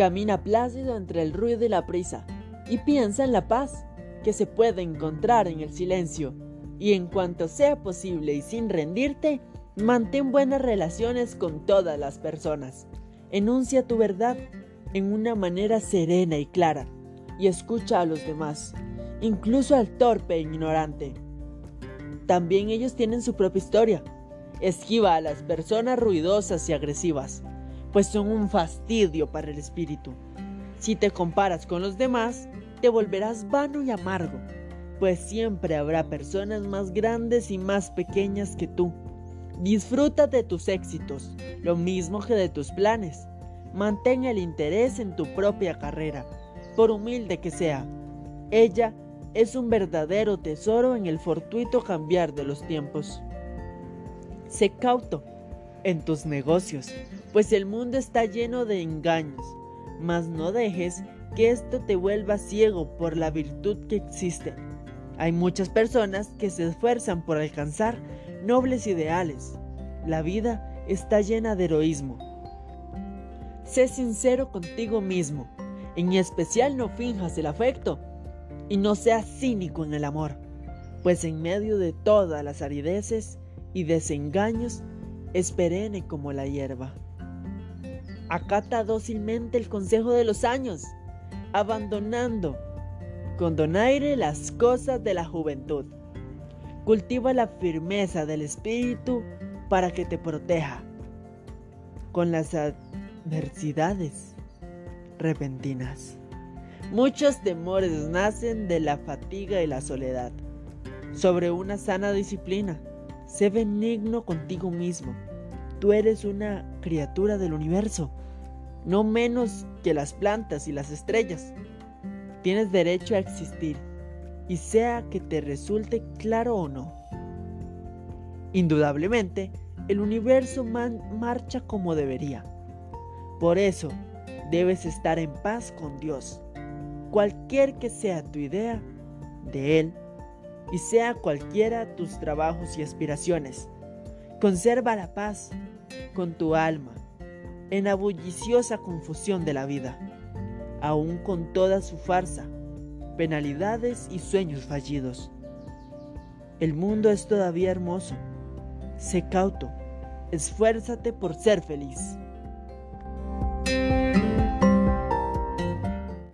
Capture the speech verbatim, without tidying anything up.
Camina plácido entre el ruido y la prisa, y piensa en la paz que se puede encontrar en el silencio. Y en cuanto sea posible y sin rendirte, mantén buenas relaciones con todas las personas. Enuncia tu verdad en una manera serena y clara, y escucha a los demás, incluso al torpe e ignorante. También ellos tienen su propia historia. Esquiva a las personas ruidosas y agresivas, pues son un fastidio para el espíritu. Si te comparas con los demás, te volverás vano y amargo, pues siempre habrá personas más grandes y más pequeñas que tú. Disfruta de tus éxitos, lo mismo que de tus planes. Mantén el interés en tu propia carrera, por humilde que sea. Ella es un verdadero tesoro en el fortuito cambiar de los tiempos. Sé cauto en tus negocios, pues el mundo está lleno de engaños, mas no dejes que esto te vuelva ciego por la virtud que existe. Hay muchas personas que se esfuerzan por alcanzar nobles ideales. La vida está llena de heroísmo. Sé sincero contigo mismo, en especial no finjas el afecto y no seas cínico en el amor, pues en medio de todas las arideces y desengaños es perenne como la hierba. Acata dócilmente el consejo de los años, abandonando con donaire las cosas de la juventud. Cultiva la firmeza del espíritu para que te proteja con las adversidades repentinas. Muchos temores nacen de la fatiga y la soledad. Sobre una sana disciplina, sé benigno contigo mismo. Tú eres una criatura del universo, no menos que las plantas y las estrellas. Tienes derecho a existir, y sea que te resulte claro o no. Indudablemente, el universo man- marcha como debería. Por eso, debes estar en paz con Dios, cualquier que sea tu idea de Él, y sea cualquiera tus trabajos y aspiraciones. Conserva la paz con tu alma en la bulliciosa confusión de la vida, aún con toda su farsa, penalidades y sueños fallidos. El mundo es todavía hermoso. Sé cauto, esfuérzate por ser feliz.